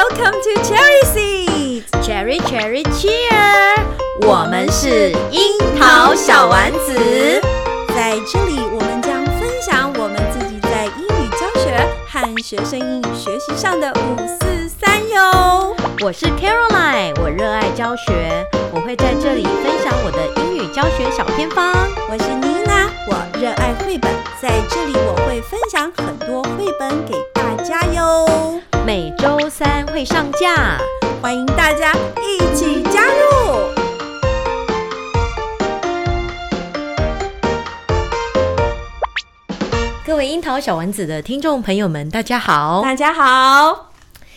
Welcome to Cherry Seeds Cherry Cherry Cheer， 我们是樱桃小丸子。在这里，我们将分享我们自己在英语教学和学生英语学习上的543哟。 我是 Caroline， 我热爱教学，我会在这里分享我的英语教学小偏方。 我是Nina，我热爱绘本，在这里我会分享很多绘本给大家哟。 每周3会上架， 欢迎大家一起加入。 各位樱桃小丸子的听众朋友们，大家好。 大家好。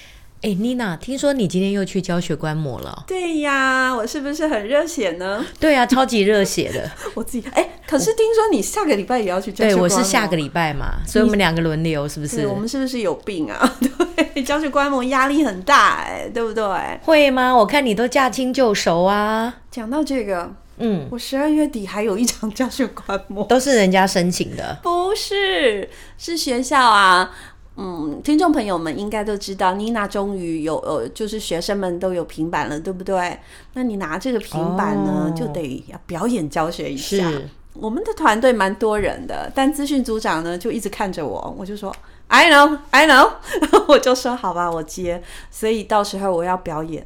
Nina， 听说你今天又去教学观摩了？ 对呀，我是不是很热血呢？ 对啊，超级热血的。 我自己可是听说你下个礼拜也要去教学观摩。 对，我是下个礼拜嘛，所以我们2个轮流，是不是？ 我们是不是有病啊？对，教学观摩压力很大对不对？ 会吗？我看你都驾轻就熟啊。 讲到这个，我12月底还有一场教学观摩， 都是人家申请的？ 不是，是学校啊。听众朋友们应该都知道，Nina终于有就是学生们都有平板了，对不对？那你拿这个平板呢，就得要表演教学一下。 是， 我们的团队蛮多人的，但资讯组长呢就一直看着我，我就说 I know 我就说好吧，我接。所以到时候我要表演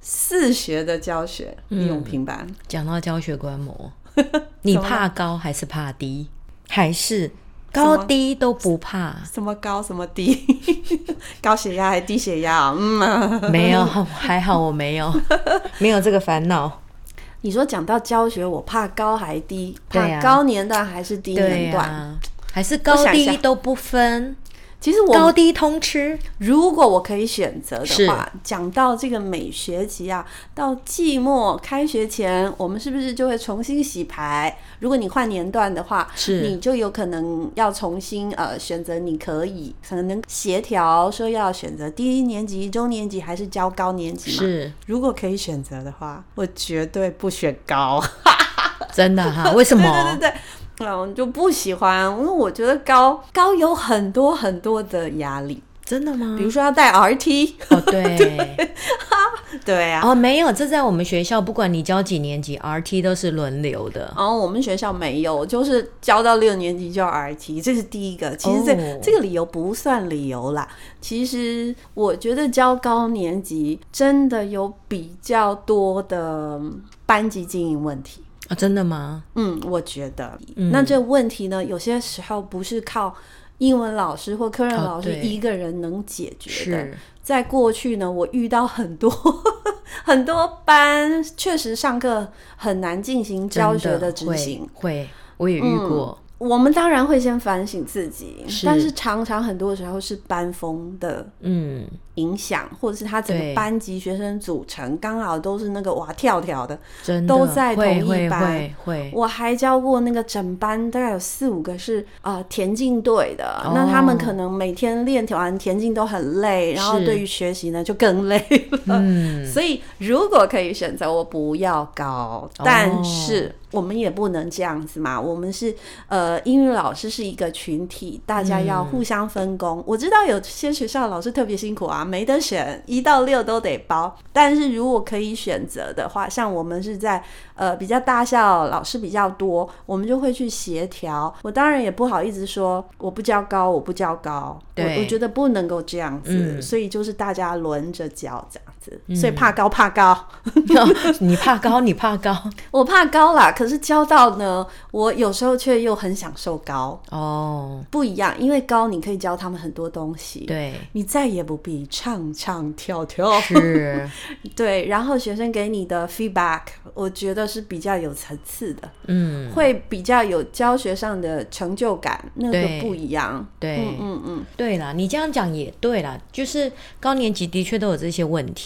4学的教学，利用平板。 讲到教学观摩，你怕高还是怕低？还是高低都不怕？ 什么高什么低？高血压还低血压？ 没有，还好我没有这个烦恼。 你说讲到教学，我怕高还低？怕高年段还是低年段？ 还是高低都不分？ 其实我高低通吃。 如果我可以选择的话，讲到这个每学期啊，到季末开学前，我们是不是就会重新洗牌？如果你换年段的话，你就有可能要重新选择，你可能协调说要选择低年级、中年级还是教高年级嘛？ 是。 如果可以选择的话，我绝对不选高。 真的哈？为什么？ 对。我就不喜欢，因为我觉得高有很多很多的压力。 真的吗？ 比如说要带 RT。 对。 对啊。 没有，这在我们学校，不管你教几年级 RT 都是轮流的。 我们学校没有，就是教到6年级就要 RT， 这是第一个。其实这个理由不算理由啦。其实我觉得教高年级真的有比较多的班级经营问题。 真的吗？ 我觉得。那这个问题呢，有些时候不是靠英文老师或科任老师一个人能解决的。在过去呢，我遇到很多很多班确实上课很难进行教学的执行。 会，我也遇过。 我们当然会先反省自己，但是常常很多时候是班风的影响，或者是他整个班级学生组成刚好都是那个哇跳的，都在同一班。会。我还教过那个整班大概有4-5个是田径队的，那他们可能每天练完田径都很累，然后对于学习呢就更累了。所以如果可以选择，我不要高，但是我们也不能这样子嘛。我们是英语老师是一个群体，大家要互相分工。我知道有些学校的老师特别辛苦啊，没得选，1到6都得包。但是如果可以选择的话，像我们是在比较大校，老师比较多，我们就会去协调。我当然也不好意思说我不教高，我我觉得不能够这样子。所以就是大家轮着教这样子。所以怕高你怕高我怕高啦，可是教到呢，我有时候却又很享受高。不一样，因为高你可以教他们很多东西。对，你再也不必唱唱跳跳。 是。 对，然后学生给你的 feedback 我觉得是比较有层次的。会比较有教学上的成就感，那个不一样。对。 对啦，你这样讲也对啦，就是高年级的确都有这些问题。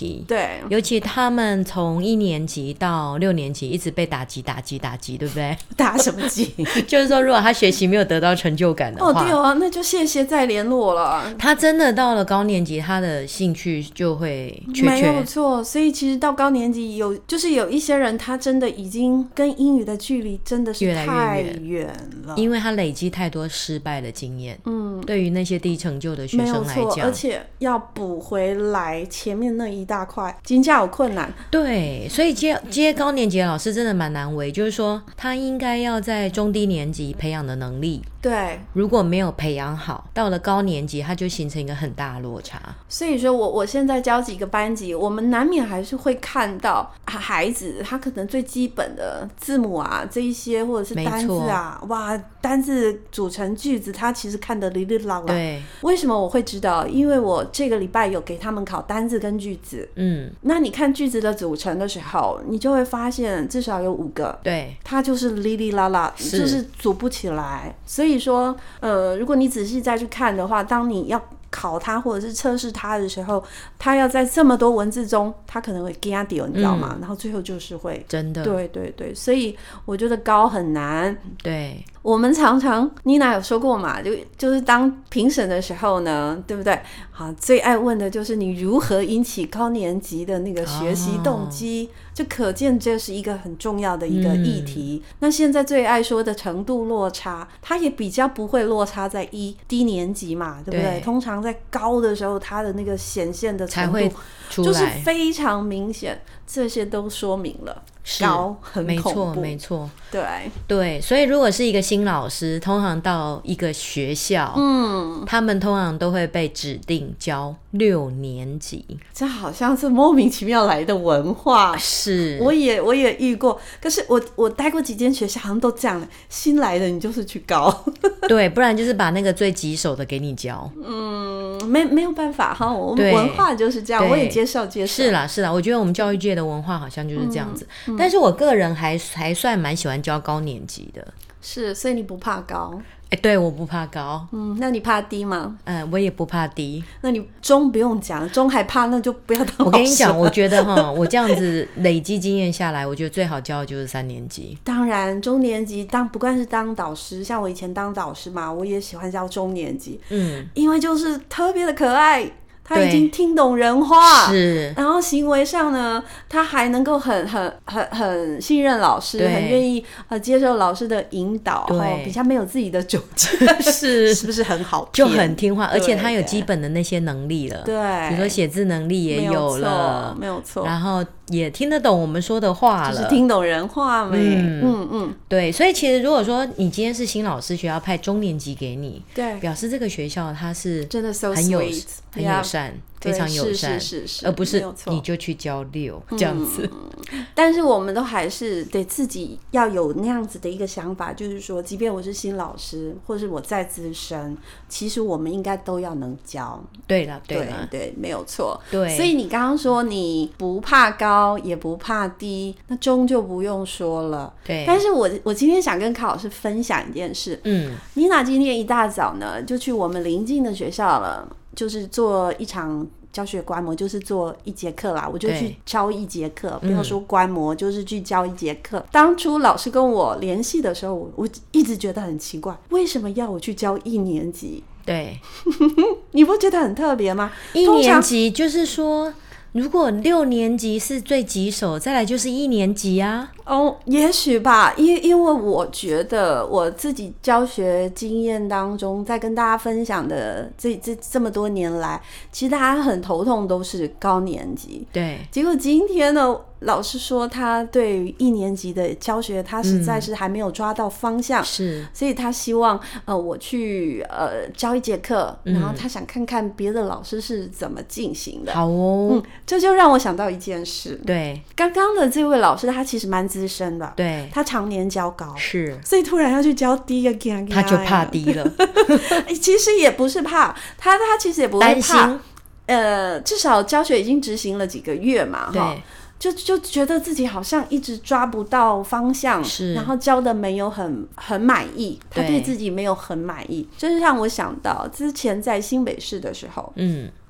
题。 对， 尤其他们从1年级到6年级一直被打击，对不对？ 打什么击？ 就是说如果他学习没有得到成就感的话， 对啊，那就谢谢再联络了。 他真的到了高年级，他的兴趣就会缺， 没有错。所以其实到高年级就是有一些人，他真的已经跟英语的距离真的是太远了， 因为他累积太多失败的经验。对于那些低成就的学生来讲， 而且要补回来前面那一大块，真的有困难。 对，所以接高年级的老师真的蛮难为，就是说他应该要在中低年级培养的能力， 对， 如果没有培养好，到了高年级他就形成一个很大的落差。 所以说我现在教几个班级，我们难免还是会看到孩子他可能最基本的字母啊这一些，或者是单字啊，哇，单字组成句子他其实看得哩哩啦啦。 对， 为什么我会知道？因为我这个礼拜有给他们考单字跟句子。那你看句子的组成的时候，你就会发现至少有5个， 对， 它就是哩哩啦啦，就是组不起来。所以说如果你仔细再去看的话，当你要考它或者是测试它的时候，它要在这么多文字中，它可能会惊到，你知道吗？然后最后就是会真的， 对对对，所以我觉得高很难。 对， 我们常常妮娜有说过嘛，就是当评审的时候呢，对不对？好，最爱问的就是你如何引起高年级的那个学习动机，就可见这是一个很重要的一个议题。那现在最爱说的程度落差，它也比较不会落差在低年级嘛，对不对？通常在高的时候，它的那个显现的程度就是非常明显，这些都说明了高很恐怖。 没错， 对， 所以如果是一个新老师，通常到一个学校，他们通常都会被指定教6年级， 这好像是莫名其妙来的文化。 是， 我也遇过，可是我待过几间学校，好像都这样，新来的你就是去高， 对，不然就是把那个最棘手的给你教。 没有办法哈，我们文化就是这样，我也接受。 是啦，我觉得我们教育界的文化好像就是这样子。但是我个人还算蛮喜欢教高年级的。 是，所以你不怕高？ 对，我不怕高。 那你怕低吗？ 我也不怕低。 那你中不用讲，中还怕，那就不要当老师。 我跟你讲，我觉得我这样子累积经验下来，我觉得最好教的就是3年级。 当然，中年级不管是当导师，像我以前当导师嘛，我也喜欢教中年级。因为就是特别的可爱。他已经听懂人话， 是， 然后行为上呢，他还能够很信任老师，很愿意接受老师的引导，比较没有自己的主见，是不是很好骗？ 就很听话，而且他有基本的那些能力了， 对， 比如说写字能力也有了， 没有错， 然后也听得懂我们说的话了， 就是听懂人话没？ 对，所以其实如果说你今天是新老师，学校派中年级给你， 对， 表示这个学校它是真的很友善，非常友善， 是， 而不是你就去教6这样子。 但是我们都还是得自己要有那样子的一个想法，就是说，即便我是新老师，或是我再资深，其实我们应该都要能教。对，没有错。对，所以你刚刚说你不怕高，也不怕低，那中就不用说了。 对， 但是我今天想跟考老师分享一件事。妮娜今天一大早呢，就去我们邻近的学校了。就是做一场教学观摩，就是做1节课啦，我就去教1节课，不要说观摩，就是去教1节课。当初老师跟我联系的时候，我一直觉得很奇怪，为什么要我去教1年级？ 对， 你不觉得很特别吗 ？1年级就是说，如果6年级是最棘手，再来就是1年级啊。 也许吧，因为我觉得我自己教学经验当中，在跟大家分享的这么多年来，其实大家很头痛都是高年级。 对， 结果今天呢，老师说他对于1年级的教学，他实在是还没有抓到方向， 是， 所以他希望我去教1节课，然后他想看看别的老师是怎么进行的。 好哦， 这就让我想到一件事。 对， 刚刚的这位老师他其实蛮资深的， 对， 他常年教高， 是， 所以突然要去教低个， 他就怕低了。 其实也不是怕，他其实也不会怕，至少教学已经执行了几个月嘛， 对。 就觉得自己好像一直抓不到方向，然后教的没有很满意，他对自己没有很满意，这是让我想到之前在新北市的时候，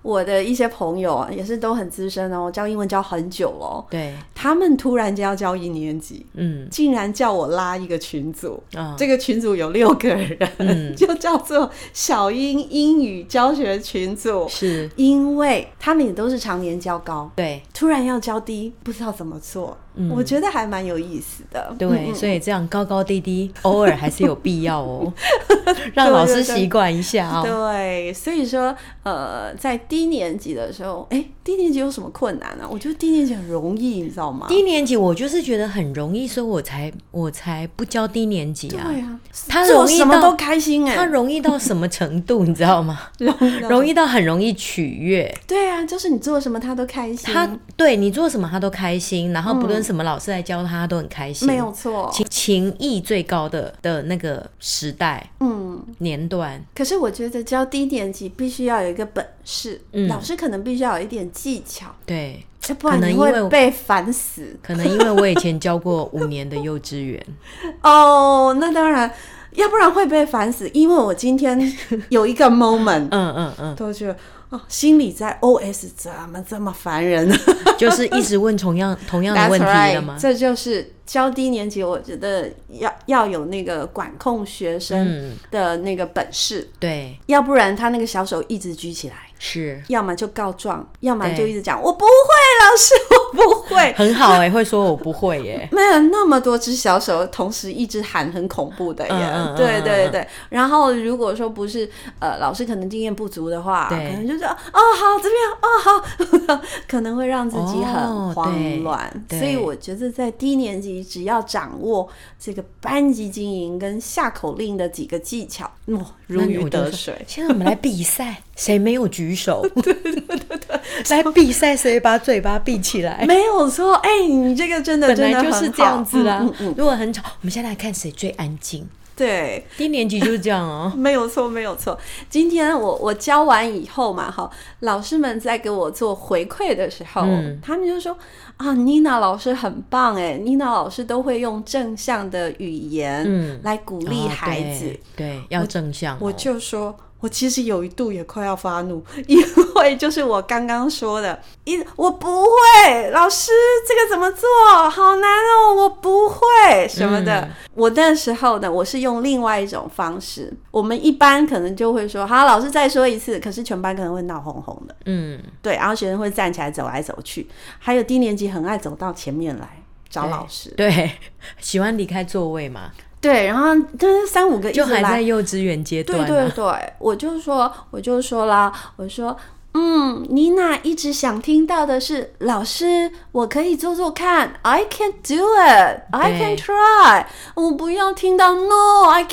我的一些朋友也是都很资深哦，教英文教很久了， 对， 他们突然间要教1年级，竟然叫我拉一个群组，这个群组有6个人，就叫做小英英语教学群组， 是因为他们也都是常年教高， 对， 突然要教低，不知道怎么做，我觉得还蛮有意思的。 对，所以这样高高低低偶尔还是有必要哦，让老师习惯一下哦。 对，所以说在低年级的时候，低年级有什么困难呢？我觉得低年级很容易，你知道吗？ 低年级我就是觉得很容易，所以我才不教低年级啊。 对啊， 他容易到什么都开心他容易到什么程度你知道吗？容易到很容易取悦。 对啊，就是你做什么他都开心。 对你做什么他都开心，然后不论什么老师来教他都很开心， 没有错。 情谊最高的那个时代，年段。 可是我觉得教低年级必须要有一个本事，老师可能必须要有一点技巧， 对， 不然你会被烦死。 可能因为我以前教过5年的幼稚园哦，那当然，要不然会被烦死。因为我今天有一个 moment， 都觉得心里在 OS 怎么这么烦人呢？ 就是一直问同样的问题了吗？ That's right， 这就是教低年级，我觉得要有那个管控学生的那个本事， 对， 要不然他那个小手一直举起来， 是， 要么就告状，要么就一直讲我不会，老师我不会。 很好会说我不会耶， 没有那么多只小手同时一直喊，很恐怖的耶。对对对。然后如果说不是老师可能经验不足的话，可能就是好这边好，可能会让自己很慌乱。所以我觉得在低年级只要掌握这个班级经营跟下口令的几个技巧，如鱼得水。 现在我们来比赛，谁没有举手？对，来比赛谁把嘴巴闭起来。 没有错，你这个真的本来就是这样子啦。如果很吵，我们现在来看谁最安静。 对， 低年级就是这样哦。 没有错没有错。今天我教完以后嘛，老师们在给我做回馈的时候，他们就说妮娜老师很棒妮娜老师都会用正向的语言来鼓励孩子。 对，要正向。 我就说我其实有一度也快要发怒，因为就是我刚刚说的，我不会，老师这个怎么做，好难我不会什么的。我那时候呢，我是用另外一种方式，我们一般可能就会说好，老师再说一次，可是全班可能会闹哄哄的，对，然后学生会站起来走来走去，还有低年级很爱走到前面来找老师， 对，喜欢离开座位嘛。 对，然后就是3-5个一直来， 就还在幼稚园阶段。 对，我就说啦，我说妮娜一直想听到的是，老师我可以做做看 I can do it I can try， 我不要听到 No I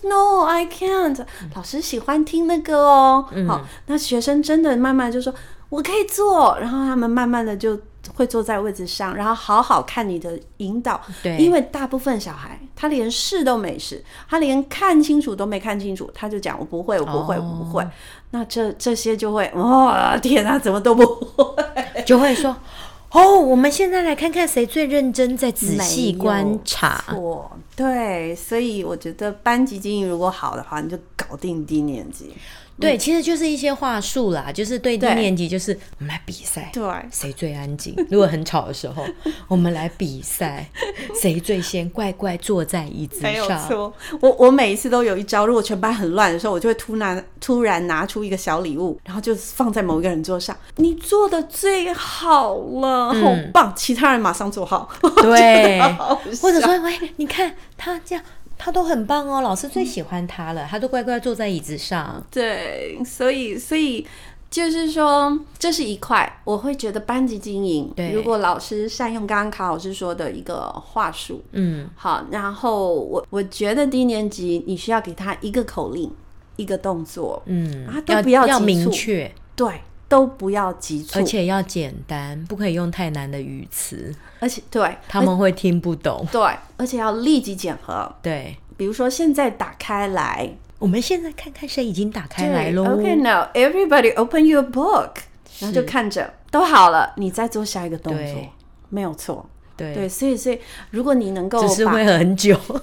can't 老师喜欢听那个好，那学生真的慢慢就说我可以做，然后他们慢慢的就会坐在位置上，然后好好看你的引导。对，因为大部分小孩他连试都没试，他连看清楚都没看清楚，他就讲我不会。那这些就会天啊，怎么都不会， 就会说我们现在来看看谁最认真在仔细观察。 对，所以我觉得班级经营如果好的话，你就搞定低年级。 对，其实就是一些话术啦，就是对低年级就是我们来比赛，对，谁最安静。如果很吵的时候，我们来比赛，谁最先乖乖坐在椅子上。没有错，我每一次都有一招，如果全班很乱的时候，我就会突然拿出一个小礼物，然后就放在某一个人桌上，你做的最好了，好棒，其他人马上做好。 对，或者说喂，你看他这样。他都很棒老师最喜欢他了，他都乖乖坐在椅子上。 对，所以就是说这是一块，我会觉得班级经营，如果老师善用刚刚卡老师说的一个话术，好，然后我觉得低年级你需要给他一个口令，一个动作，都不要明确， 对，都不要急促， 而且要简单，不可以用太难的语词， 而且对他们会听不懂。 对，而且要立即检核。 对， 比如说现在打开来， 我们现在看看谁已经打开来咯。 Okay, now everybody open your book， 然后就看着都好了，你再做下一个动作，没有错。对，所以如果你能够只是会很久。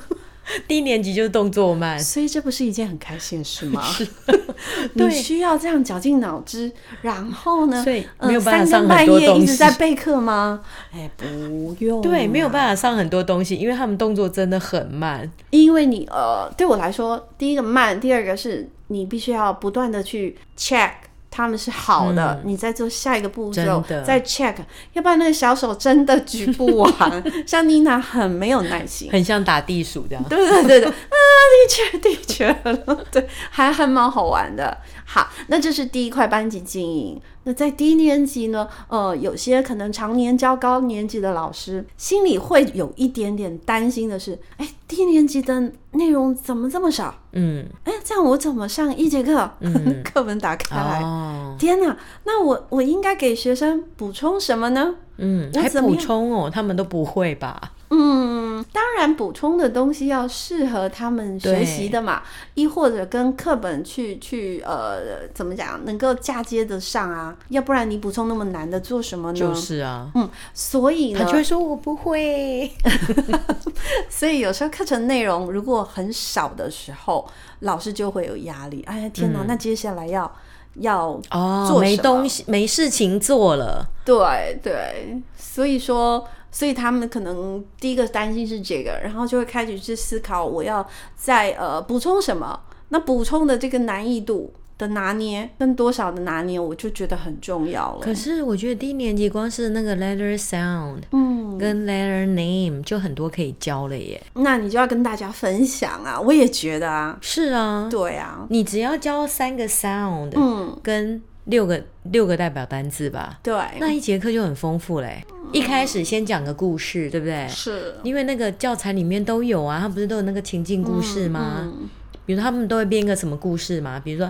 低年级就是动作慢， 所以这不是一件很开心的事吗？你需要这样绞尽脑汁，然后呢， 所以没有办法上很多东西，3更半夜一直在备课吗？不用， 对，没有办法上很多东西，因为他们动作真的很慢。 因为你对我来说，第一个慢，第二个是你必须要不断的去 check。他们是好的，你再做下一个步骤，再 check， 要不然那个小手真的举不完。像妮娜很没有耐心， 很像打地鼠这样。 对的确对，还蛮好玩的。好，那这是第一块班级经营。那在低年级呢，有些可能常年教高年级的老师，心里会有一点点担心的是，低年级的内容怎么这么少？这样我怎么上一节课？课本打开来，天哪！那我应该给学生补充什么呢？ 还补充哦，他们都不会吧？ 当然补充的东西要适合他们学习的嘛，亦或者跟课本去怎么讲，能够嫁接得上啊，要不然你补充那么难的做什么呢？ 就是啊， 所以呢， 他就会说我不会。 所以有时候课程内容如果很少的时候，老师就会有压力。哎呀天哪，那接下来要做什么？ 没事情做了。 对，所以他们可能第一个担心是这个，然后就会开始去思考我要再补充什么。那补充的这个难易度的拿捏跟多少的拿捏，我就觉得很重要了。 可是我觉得低年级光是那个 letter sound 跟 letter name 就很多可以教了耶。 那你就要跟大家分享啊，我也觉得啊。 是啊， 对啊， 你只要教3个 sound 跟六个代表单字吧， 对， 那一节课就很丰富嘞。一开始先讲个故事，对不对？ 是， 因为那个教材里面都有啊，他不是都有那个情境故事吗？比如他们都会编一个什么故事嘛？比如说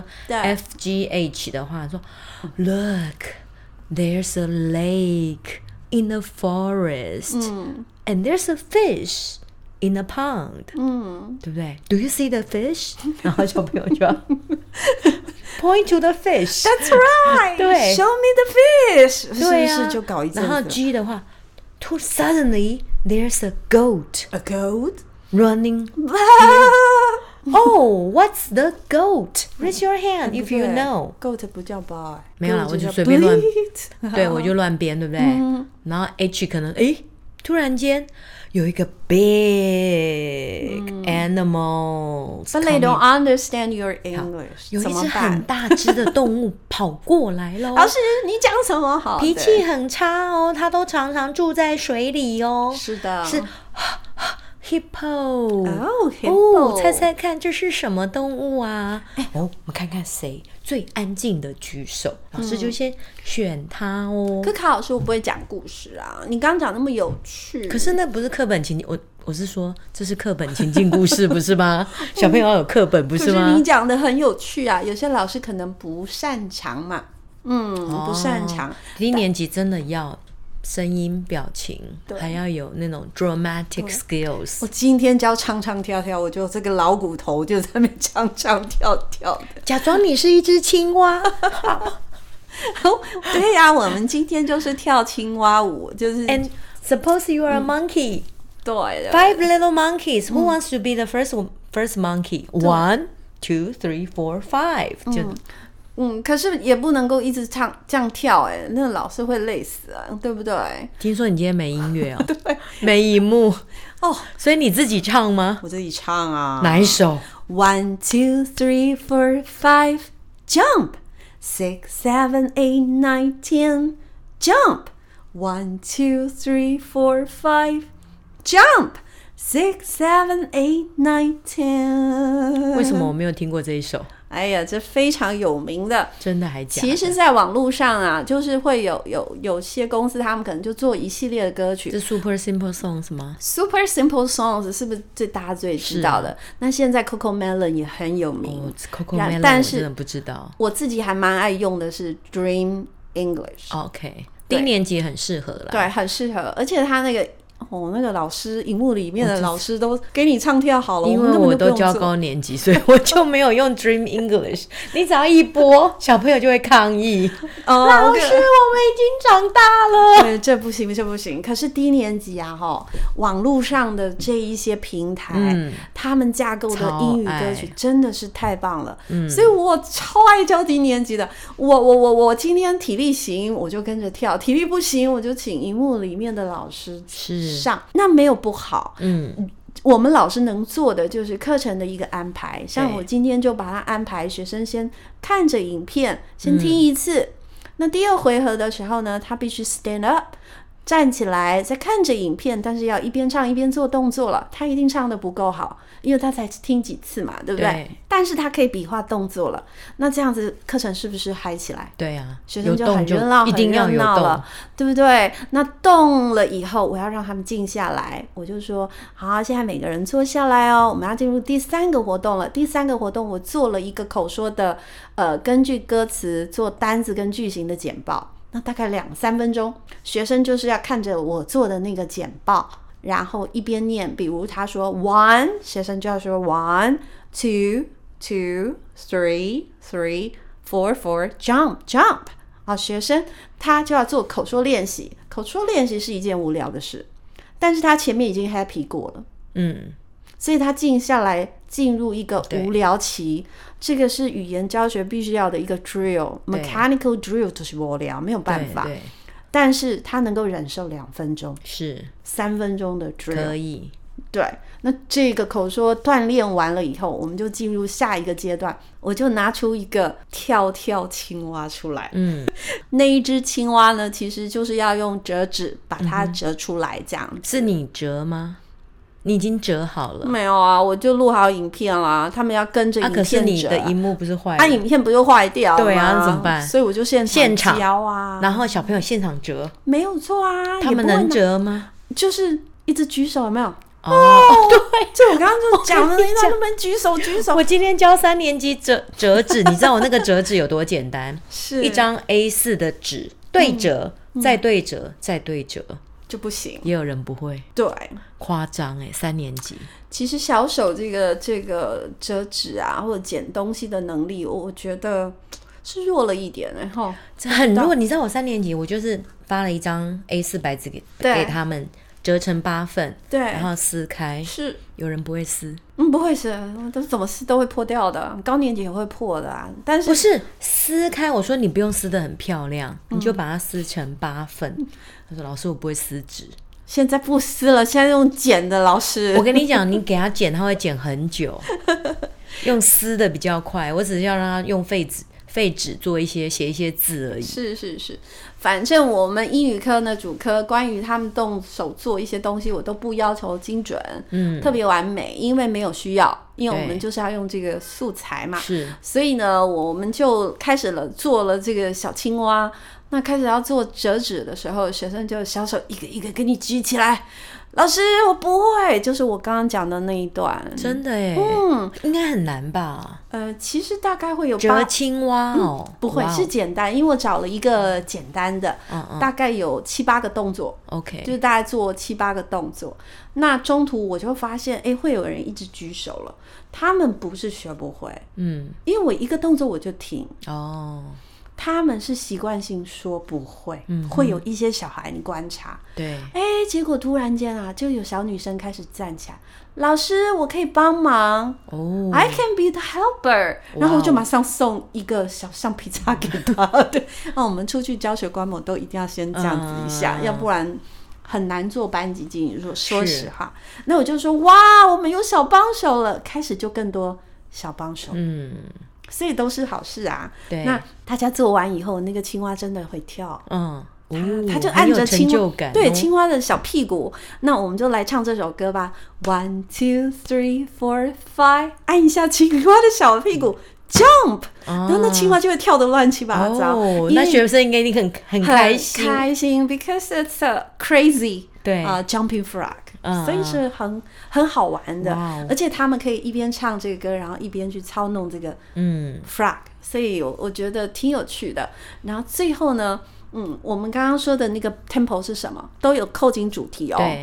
FGH 的话，说 Look, there's a lake in the forest, and there's a fish in a pond，对不对？ Do you see the fish？ 然后小朋友就要point to the fish。 That's right。 对， Show me the fish。 对啊， 是不是就搞一阵子？ 然后 G 的话 Suddenly there's a goat running Oh, what's the goat? Raise your hand if you know. Goat 不叫 boy。 没有啦，我就随便乱对，我就乱编，对不对？然后 H 可能突然间有一个 big animal But they don't understand your English。 有一只很大只的动物跑过来咯。 老师你讲什么好？ 脾气很差哦，它都常常住在水里哦。 是的， 是Hippo。 Hippo。 猜猜看这是什么动物啊？我们看看谁最安静的举手，老师就先选他哦。 可卡老师我不会讲故事啊，你刚刚讲那么有趣。 可是那不是课本情境，我是说这是课本情境故事不是吗？小朋友要有课本不是吗？ 可是你讲的很有趣啊，有些老师可能不擅长嘛。不擅长。 低年级真的要声音表情，还要有那种 dramatic skills。 我今天教唱唱跳跳，我就这个老骨头就在那边唱唱跳跳的， 假装你是一只青蛙。 对呀，我们今天就是跳青蛙舞，就是 And suppose you are a monkey。 对 ，5 little monkeys. Who wants to be the first monkey? 1, 2, 3, 4, 5。就可是也不能够一直唱这样跳，那老师会累死啊，对不对？ 听说你今天没音乐哦？ 对， 没荧幕哦，所以你自己唱吗？ 我自己唱啊。 哪一首？ 1, 2, 3, 4, 5 Jump 6, 7, 8, 9, 10 Jump 1, 2, 3, 4, 5 Jump 6, 7, 8, 9, 10。 为什么我没有听过这一首？ 哎呀，这非常有名的， 真的还假的？ 其实在网络上啊，就是会有些公司他们可能就做一系列的歌曲。 这 Super Simple Songs 吗？ Super Simple Songs 是不是大家最知道的？那现在 CoComelon 也很有名。 CoComelon 但是我真的不知道。 我自己还蛮爱用的是 Dream English。 OK， 低年级很适合啦。 对，很适合，而且它那个那个老师荧幕里面的老师都给你唱跳好了， 因为我都教高年级，所以我就没有用 Dream English 你只要一播小朋友就会抗议老师我们已经长大了。 对，这不行这不行。可是低年级啊网络上的这一些平台他们架构的英语歌曲真的是太棒了，所以我超爱教低年级的。我今天体力行我就跟着跳，体力不行我就请荧幕里面的老师上，那没有不好。我们老师能做的就是课程的一个安排，像我今天就把它安排学生先看着影片先听一次，那第二回合的时候呢，他必须 stand up 站起来再看着影片，但是要一边唱一边做动作了，他一定唱得不够好，因为他才听几次嘛，对不对？但是他可以比划动作了，那这样子课程是不是嗨起来？ 对啊， 学生就很热闹很热闹了，对不对？那动了以后我要让他们静下来，我就说好，现在每个人坐下来哦，我们要进入第3个活动了。第3个活动我做了一个口说的根据歌词做单字跟句型的简报，那大概2-3分钟，学生就是要看着我做的那个简报，然后一边念，比如他说 one， 学生就要说 1 2 2 3 3 4 4 jump jump。 好，学生他就要做口说练习。口说练习是一件无聊的事，但是他前面已经 happy 过了，所以他静下来进入一个无聊期，这个是语言教学必须要的一个 drill， mechanical drill 就是无聊，没有办法，但是他能够忍受2分钟，是3分钟的 drill 可以。 对，那这个口说锻炼完了以后，我们就进入下一个阶段，我就拿出一个跳跳青蛙出来。那一只青蛙呢，其实就是要用折纸把它折出来，这样是你折吗？你已经折好了？ 没有啊，我就录好影片啦，他们要跟着影片折。 可是你的荧幕不是坏了？ 影片不就坏掉了吗？ 对啊，那怎么办？ 所以我就现场教啊， 然后小朋友现场折， 没有错啊。 他们能折吗？ 就是一直举手，有没有？对，就我刚刚就讲的那一段，他们举手举手。 我今天教3年级折纸，你知道我那个折纸有多简单？是一张 A4 的纸对折，再对折，再对折。 就不行， 也有人不会， 对，夸张3年级。 其实小手这个折纸啊，或者剪东西的能力，我觉得是弱了一点， 很弱。你知道我3年级，我就是发了一张 A4 白纸给他们，折成8份，对，然后撕开，是有人不会撕， 不会撕，都怎么撕都会破掉的，高年级也会破的啊。但是不是撕开，我说你不用撕得很漂亮，你就把它撕成8份。他说老师我不会撕纸， 现在不撕了，现在用剪的。老师我跟你讲，你给他剪他会剪很久，用撕的比较快，我只是要让他用废纸做写一些字而已。 是，反正我们英语科呢主科关于他们动手做一些东西，我都不要求精准，特别完美，因为没有需要，因为我们就是要用这个素材嘛。是，所以呢我们就开始做了这个小青蛙。那开始要做折纸的时候，学生就小手一个一个给你举起来，老师我不会，就是我刚刚讲的那一段。 真的耶？应该很难吧？ 其实大概会有折青蛙不会，是简单，因为我找了一个简单的，大概有7-8个动作 ，OK， 就是大概做7-8个动作。那中途我就发现，会有人一直举手了，他们不是学不会，因为我一个动作我就停他们是习惯性说不会，会有一些小孩你观察，对，结果突然间啊，就有小女生开始站起来，老师我可以帮忙，I can be the helper，然后我就马上送一个小橡皮擦给他。对，那我们出去教学观摩都一定要先这样子一下，要不然很难做班级经营。说实话，那我就说哇，我们有小帮手了，开始就更多小帮手，所以都是好事啊。对，那大家做完以后，那个青蛙真的会跳，他就按着青蛙，对，青蛙的小屁股。那我们就来唱这首歌吧。1 2 3 4 5，按一下青蛙的小屁股，jump，然后那青蛙就会跳得乱七八糟。 那学生应该一定很开心， 开心 ，because it's a crazy， 对jumping frog。所以是很好玩的，而且他们可以一边唱这个歌，然后一边去操弄这个frog，所以我觉得挺有趣的。然后最后呢，我们刚刚说的那个 tempo 是什么？都有扣紧主题哦。对，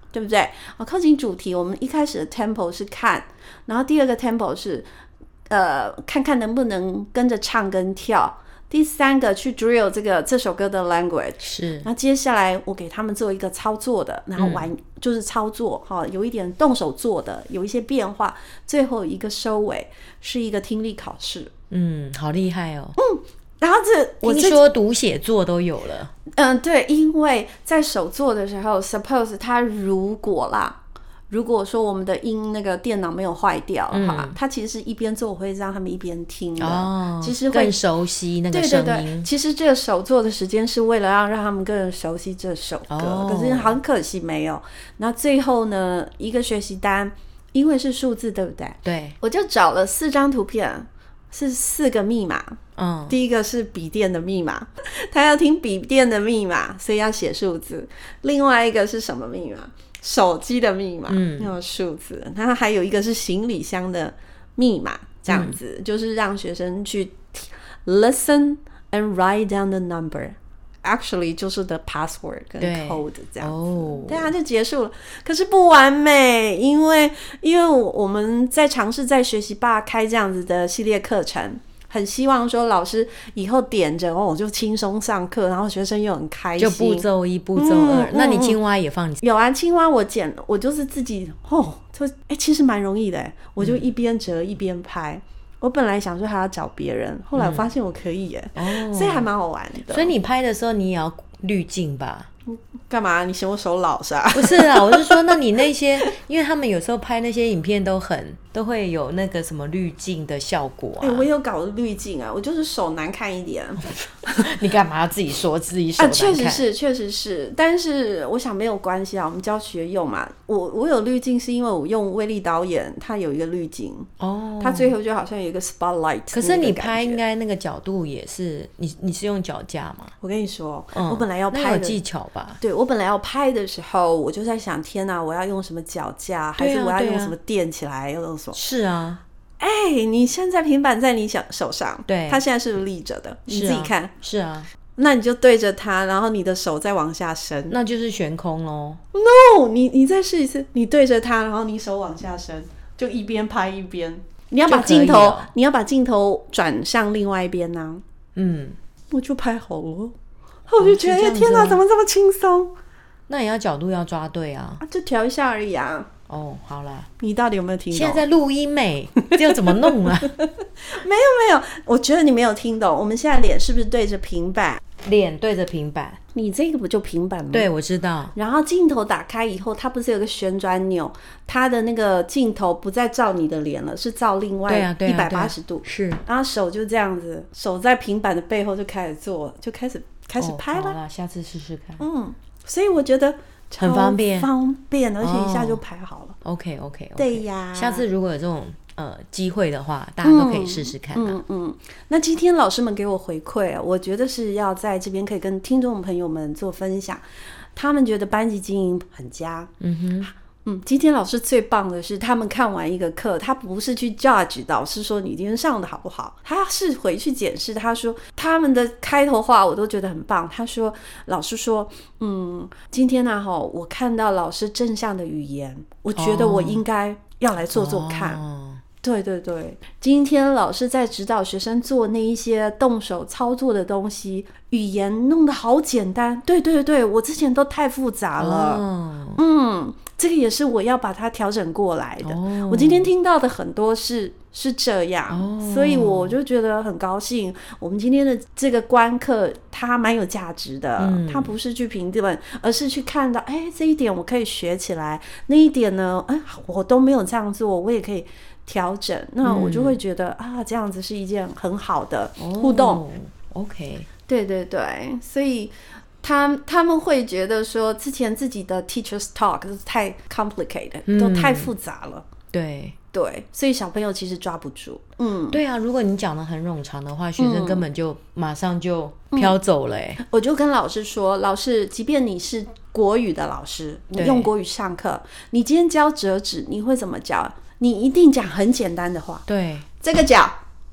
对不对？靠近主题，我们一开始的 tempo 是看，然后第二个 tempo 是看看能不能跟着唱跟跳，第三个去 drill 这首歌的 language， 是。 然后接下来我给他们做一个操作的，然后玩就是操作有一点动手做的，有一些变化，最后一个收尾是一个听力考试。 好厉害哦。 然后我听说读写作都有了。 对，因为在手做的时候 suppose 它如果说我们的那个电脑没有坏掉的话，它其实是一边做，我会让他们一边听的，其实会更熟悉那个声音。 对对对，其实这个手做的时间是为了让他们更熟悉这首歌，可是很可惜没有。那最后呢，一个学习单，因为是数字，对不对？ 对， 我就找了4张图片，是4个密码。第一个是笔电的密码，他要听笔电的密码，所以要写数字。另外一个是什么密码？手机的密码，有数字。然后还有一个是行李箱的密码，这样子，就是让学生去 listen and write down the number。Actually 就是 the password 跟 code 这样子，对啊，就结束了。可是不完美，因为我们在尝试在学习吧开这样子的系列课程，很希望说老师以后点着我就轻松上课，然后学生又很开心。 就步骤1步骤2，那你青蛙也放？ 有啊，青蛙我就是自己其实蛮容易的，我就一边折一边拍。我本来想说还要找别人，后来我发现我可以耶，所以还蛮好玩的。 所以你拍的时候你也要滤镜吧？ 干嘛？你嫌我手老是吧？ 不是啊，我是说，那你那些，因为他们有时候拍那些影片都会有那个什么滤镜的效果啊。 我有搞滤镜啊，我就是手难看一点。 你干嘛要自己说自己手难看？ 确实是，但是我想没有关系啊，我们教学用嘛。我有滤镜是因为我用威力导演，他有一个滤镜他最后就好像有一个 spotlight。 可是你拍应该那个角度也是，你是用脚架吗？ 我跟你说，我本来要拍的， 那有技巧吧？ 对，我本来要拍的时候，我就在想，天哪，我要用什么脚架，还是我要用什么垫起来，要用什么？ 是啊， 你现在平板在你手上， 对， 它现在是不是立着的？你自己看。 是啊， 那你就对着它，然后你的手再往下伸， 那就是悬空咯。 No， 你再试一次，你对着它，然后你手往下伸，就一边拍一边。你要把镜头转向另外一边啊。我就拍好了。我就觉得天哪，怎么这么轻松？ 那也要角度要抓对啊， 就调一下而已啊。 好啦， 你到底有没有听懂？ 现在在录音没？这要怎么弄啊？ 没有，我觉得你没有听懂。我们现在脸是不是对着平板？ 脸对着平板， 你这个不就平板吗？ 对，我知道。 然后镜头打开以后，它不是有个旋转钮，它的那个镜头不再照你的脸了，是照另外180度。 是， 然后手就这样子，手在平板的背后就开始做，就开始拍了。 好啦，下次试试看。 所以我觉得很方便， 而且一下就拍好了。 OK， 对呀。 下次如果有这种机会的话，大家都可以试试看。 那今天老师们给我回馈，我觉得是要在这边可以跟听众朋友们做分享，他们觉得班级经营很佳。今天老师最棒的是，他们看完一个课，他不是去 judge 老师说你今天上的好不好，他是回去检视。他说他们的开头话我都觉得很棒。他说老师说今天我看到老师正向的语言，我觉得我应该要来做做看。对，今天老师在指导学生做那一些动手操作的东西，语言弄得好简单。对，我之前都太复杂了。这个也是我要把它调整过来的。我今天听到的很多是这样，所以我就觉得很高兴。我们今天的这个观课它蛮有价值的，它不是去评论，而是去看到这一点我可以学起来，那一点呢我都没有这样做，我也可以调整。那我就会觉得这样子是一件很好的互动。 OK， 对，所以他们会觉得说之前自己的 teachers talk 是太 complicated，都太复杂了。 对， 所以小朋友其实抓不住。 对啊，如果你讲得很冗长的话，学生根本就马上就飘走了。 我就跟老师说，老师，即便你是国语的老师，你用国语上课，你今天教折纸，你会怎么教？你一定讲很简单的话。 对， 这个角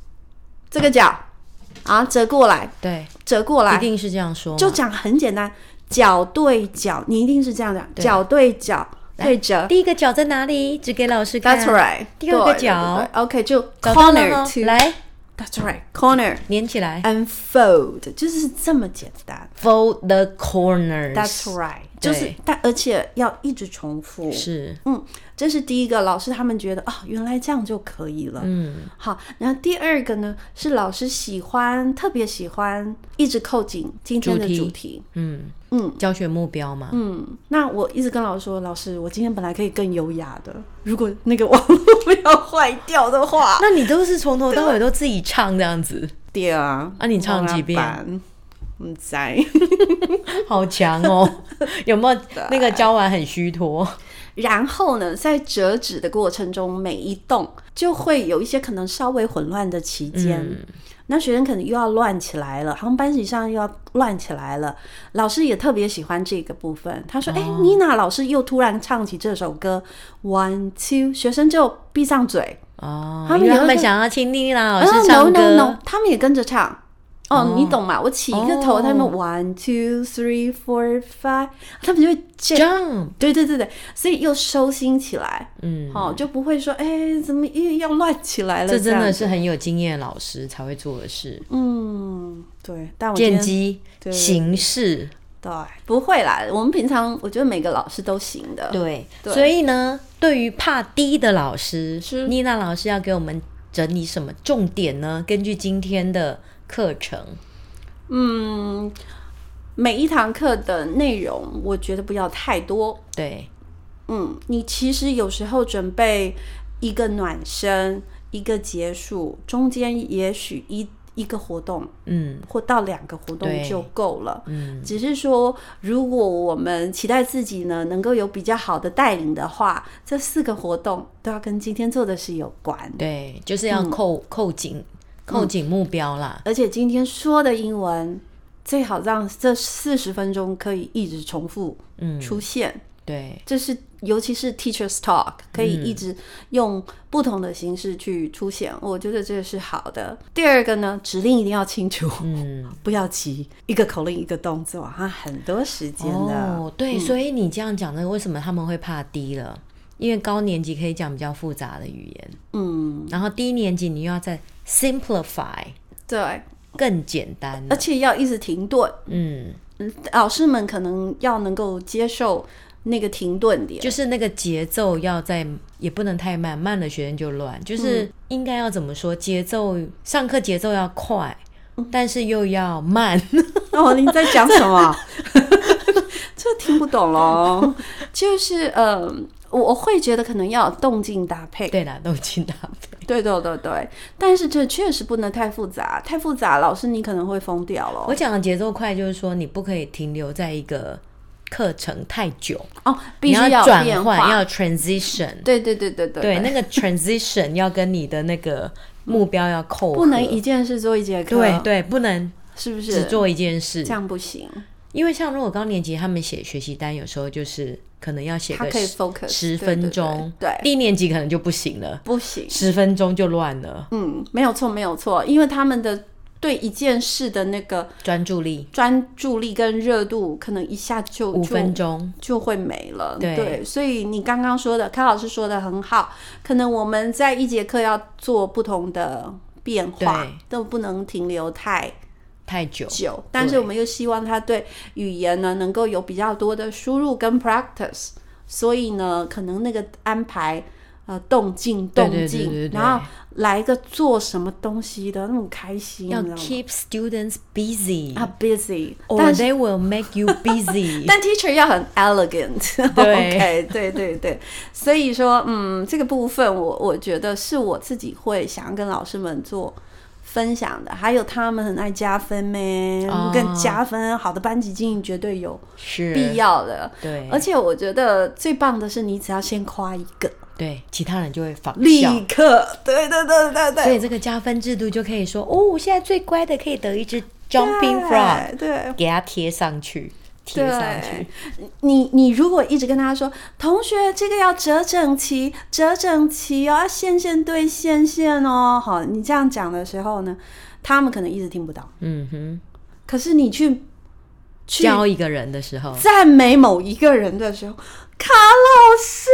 折过来， 对， 折过来， 一定是这样说， 就讲很简单，角对角，你一定是这样讲，角对角， 对折。 第一个角在哪里？指给老师看。 That's right。 第二个角 OK 就 corner to 来。 That's right, corner 粘起来 and fold 就是这么简单。 Fold the corners. That's right， 就是而且要一直重复。 是， 这是第一个，老师他们觉得原来这样就可以了。好，然后第二个呢是老师特别喜欢一直扣紧今天的主题。 教学目标嘛。 那我一直跟老师说，老师，我今天本来可以更优雅的，如果那个网络不要坏掉的话。 那你都是从头到尾都自己唱这样子？ 对啊。 你唱几遍？ 不知好强哦。有没有那个教完很虚脱？ 然后呢，在折纸的过程中，每一动就会有一些可能稍微混乱的期间。那学生可能又要乱起来了，好像班级上又要乱起来了。老师也特别喜欢这个部分，他说：“妮娜老师又突然唱起这首歌 ，1 2， 学生就闭上嘴。 他们想要听妮娜老师唱歌。 No， 他们也跟着唱。你懂吗？我起一个头，他们 1 2 3 4 5， 他们就会 jump。 对，所以又收心起来，就不会说怎么又要乱起来了。 这真的是很有经验的老师才会做的事。 对，但我见机行事。 对，不会啦，我们平常我觉得每个老师都行的。 对，所以呢，对于怕低的老师，妮娜老师要给我们整理什么重点呢？根据今天的课程， 每一堂课的内容我觉得不要太多。 对， 你其实有时候准备一个暖身，一个结束，中间也许一个活动，或到2个活动就够了。只是说，如果我们期待自己呢能够有比较好的带领的话，这4个活动都要跟今天做的事有关。 对，就是要扣紧目标啦。 而且今天说的英文最好让这40分钟可以一直重复出现。 对， 这是尤其是 teacher's talk 可以一直用不同的形式去出现，我觉得这是好的。第二个呢，指令一定要清楚，不要急，一个口令一个动作，很多时间的。 对，所以你这样讲的，为什么他们会怕低了？因为高年级可以讲比较复杂的语言，然后低年级你又要再 simplify， 对， 更简单， 而且要一直停顿。老师们可能要能够接受那个停顿点， 就是那个节奏要也不能太慢，慢了学生就乱。就是应该要怎么说？上课节奏要快，但是又要慢。 你在讲什么？这听不懂咯。就是我会觉得可能要有动静搭配。 对啦，动静搭配。 对，但是这确实不能太复杂，太复杂老师你可能会疯掉了。 我讲的节奏快就是说你不可以停留在一个课程太久必须要转换，要 transition。 对， 那个 transition 要跟你的那个目标要扣合， 不能一件事做一节课。 对，不能， 是不是只做一件事？ 这样不行。 因为像如果高年级他们写学习单，有时候就是可能要写个10分钟， 对， 低年级可能就不行了， 不行 ，10分钟就乱了。 没有错，因为他们的对一件事的那个专注力跟热度，可能一下就 5分钟就会没了。对，所以你刚刚说的，开老师说的很好，可能我们在一节课要做不同的变化，都不能停留太久，但是我们又希望他对语言呢能够有比较多的输入跟 practice， 所以呢可能那个安排动静， 对， 然后来一个做什么东西的那种开心， 要 keep students busy or they will make you busy 但 teacher 要很 elegant 对对，所以说这个部分我觉得是我自己会想要跟老师们做分享的。还有他们很爱加分跟加分，好的班级经营绝对有必要的。 对， 而且我觉得最棒的是你只要先夸一个， 对，其他人就会仿效， 立刻。对， 所以这个加分制度就可以说现在最乖的可以得一只 jumping frog， 对， 给它贴上去。 你如果一直跟他说，同学这个要折整齐要线对线哦，好，你这样讲的时候呢，他们可能一直听不到。可是你去教一个人的时候， 赞美某一个人的时候，卡老师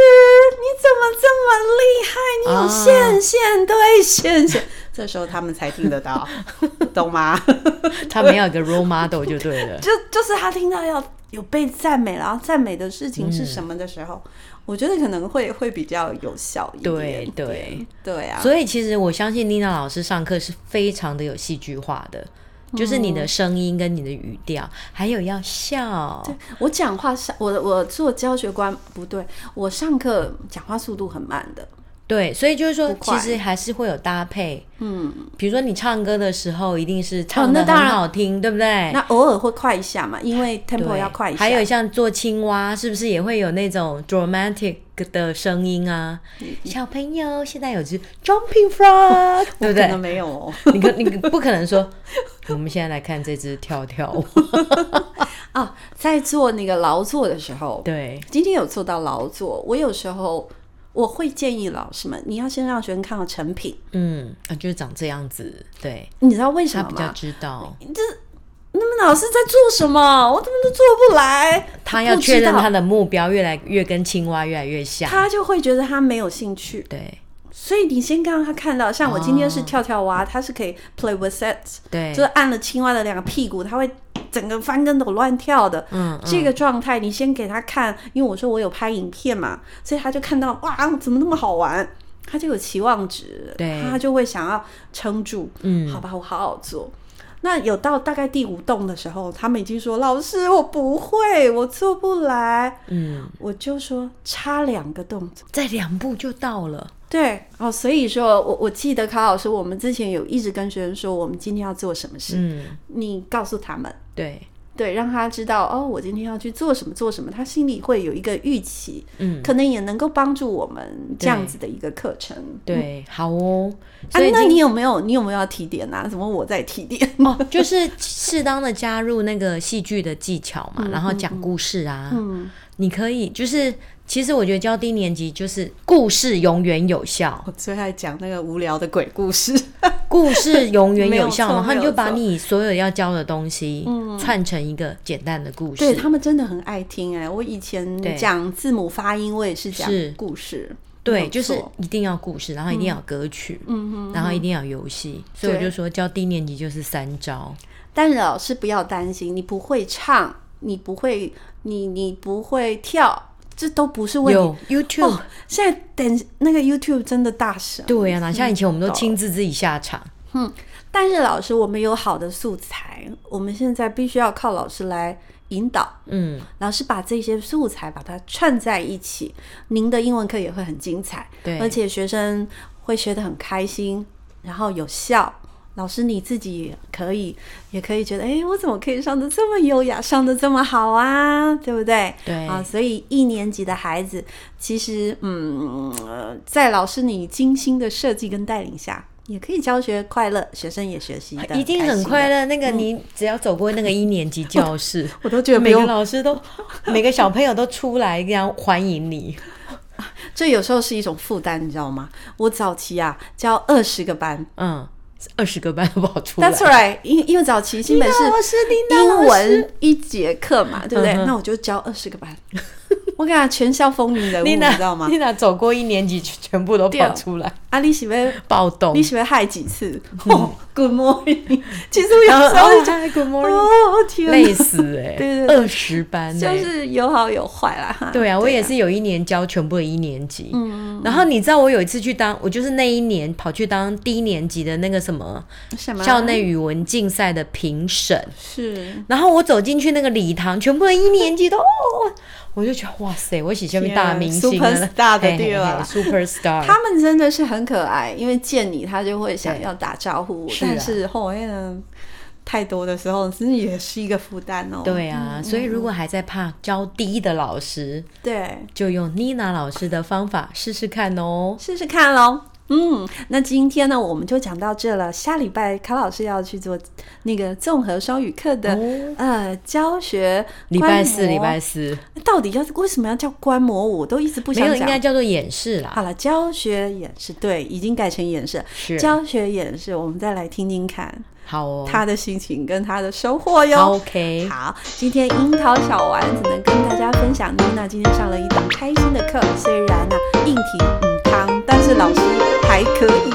你怎么这么厉害？你有线线对线线，这时候他们才听得到，懂吗？ 他们要有一个 role model 就对了， 就是他听到要有被赞美，然后赞美的事情是什么的时候，我觉得可能会比较有效一点。对啊， 所以其实我相信妮娜老师上课是非常的有戏剧化的。就是你的声音跟你的语调，还有要笑。 对，我讲话我做教学官不对，我上课讲话速度很慢的。 对，所以就是说，其实还是会有搭配。比如说你唱歌的时候，一定是唱得很好听，对不对？ 那偶尔会快一下嘛，因为 tempo 要快一下。 还有像做青蛙，是不是也会有那种 dramatic 的声音啊？小朋友，现在有只 jumping frog， 对不对？ 可能没有哦。 你不可能说，我们现在来看这只跳舞。 在做那个劳作的时候， 对， 今天有做到劳作，我有时候。我会建议老师们，你要先让学生看到成品， 就是长这样子，对， 你知道为什么吗？ 他比较知道， 那么老师在做什么？我怎么都做不来。 他要确认他的目标越来越跟青蛙越来越像， 他就会觉得他没有兴趣。 对， 所以你先让他看到，像我今天是跳跳蛙，他是可以 play with it， 对，就是按了青蛙的2个屁股，他会整个翻跟斗乱跳的，这个状态你先给他看，因为我说我有拍影片嘛，所以他就看到哇，怎么那么好玩，他就有期望值，对，他就会想要撑住，好吧，我好好做。那有到大概第5洞的时候，他们已经说老师我不会，我做不来，我就说差2个动作， 再2步就到了。 对所以说我记得卡老师，我们之前有一直跟学生说，我们今天要做什么事，你告诉他们，对，让他知道我今天要去做什么，他心里会有一个预期，可能也能够帮助我们这样子的一个课程。 对，好哦。 那你有没有要提点啊？怎么我在提点？ 就是适当的加入那个戏剧的技巧嘛，然后讲故事啊，你可以就是其实我觉得教低年级就是故事永远有效。 我最爱讲那个无聊的鬼故事， 故事永远有效，然后你就把你所有要教的东西串成一个简单的故事。 对，他们真的很爱听我以前讲字母发音，我也是讲故事。 对，就是一定要故事，然后一定要歌曲，然后一定要游戏。所以我就说教低年级就是3招。 但是老师不要担心，你不会唱，你不会你不会跳，这都不是问题。 有 YouTube， 现在等那个 YouTube 真的大神。 对啊，哪像以前我们都亲自自己下场。 但是老师，我们有好的素材，我们现在必须要靠老师来引导。老师把这些素材把它串在一起，您的英文课也会很精彩，对，而且学生会学得很开心，然后有效。老师你自己也可以觉得，我怎么可以上得这么优雅，上得这么好啊，对不对？ 对所以1年级的孩子，其实在老师你精心的设计跟带领下，也可以教学快乐，学生也学习的一定很快乐。那个你只要走过那个1年级教室， 我都觉得每个老师都每个小朋友都出来这样欢迎你。 这有时候是一种负担，你知道吗？我早期教20个班 ，20个班都跑出来。 That's right， 因为早期新北是英文1节课嘛，对不对？那我就教20个班。我跟你讲，全校风云人物，你知道吗？ 你哪走过1年级全部都跑出来你是要暴动？ 你是要害几次？Good morning， 其实我有时候就讲 Good morning， 天累死对 20班就是有好有坏啦。 对啊，我也是有1年教全部的1年级，然后你知道我有一次去当，我就是那1年跑去当低年级的那个什么校内语文竞赛的评审， 是， 然后我走进去那个礼堂，全部的1年级都我就觉得哇塞，我是下面大明星 ，Superstar 的对吧 ？Superstar， 他们真的是很可爱，因为见你他就会想要打招呼，但是太多的时候，真的也是一个负担哦。 对啊，所以如果还在怕教低的老师， 对， 就用妮娜老师的方法试试看哦， 试试看咯。 那今天呢我们就讲到这了，下礼拜卡老师要去做那个综合双语课的教学。 礼拜四到底为什么要叫观摩舞？我都一直不想讲。 没有，应该叫做演示啦。 好了，教学演示，对，已经改成演示。 是教学演示，我们再来听听看。 好哦， 他的心情跟他的收获哟。 OK， 好，今天樱桃小丸子能跟大家分享妮娜今天上了一堂开心的课，虽然硬题但是老师还可以。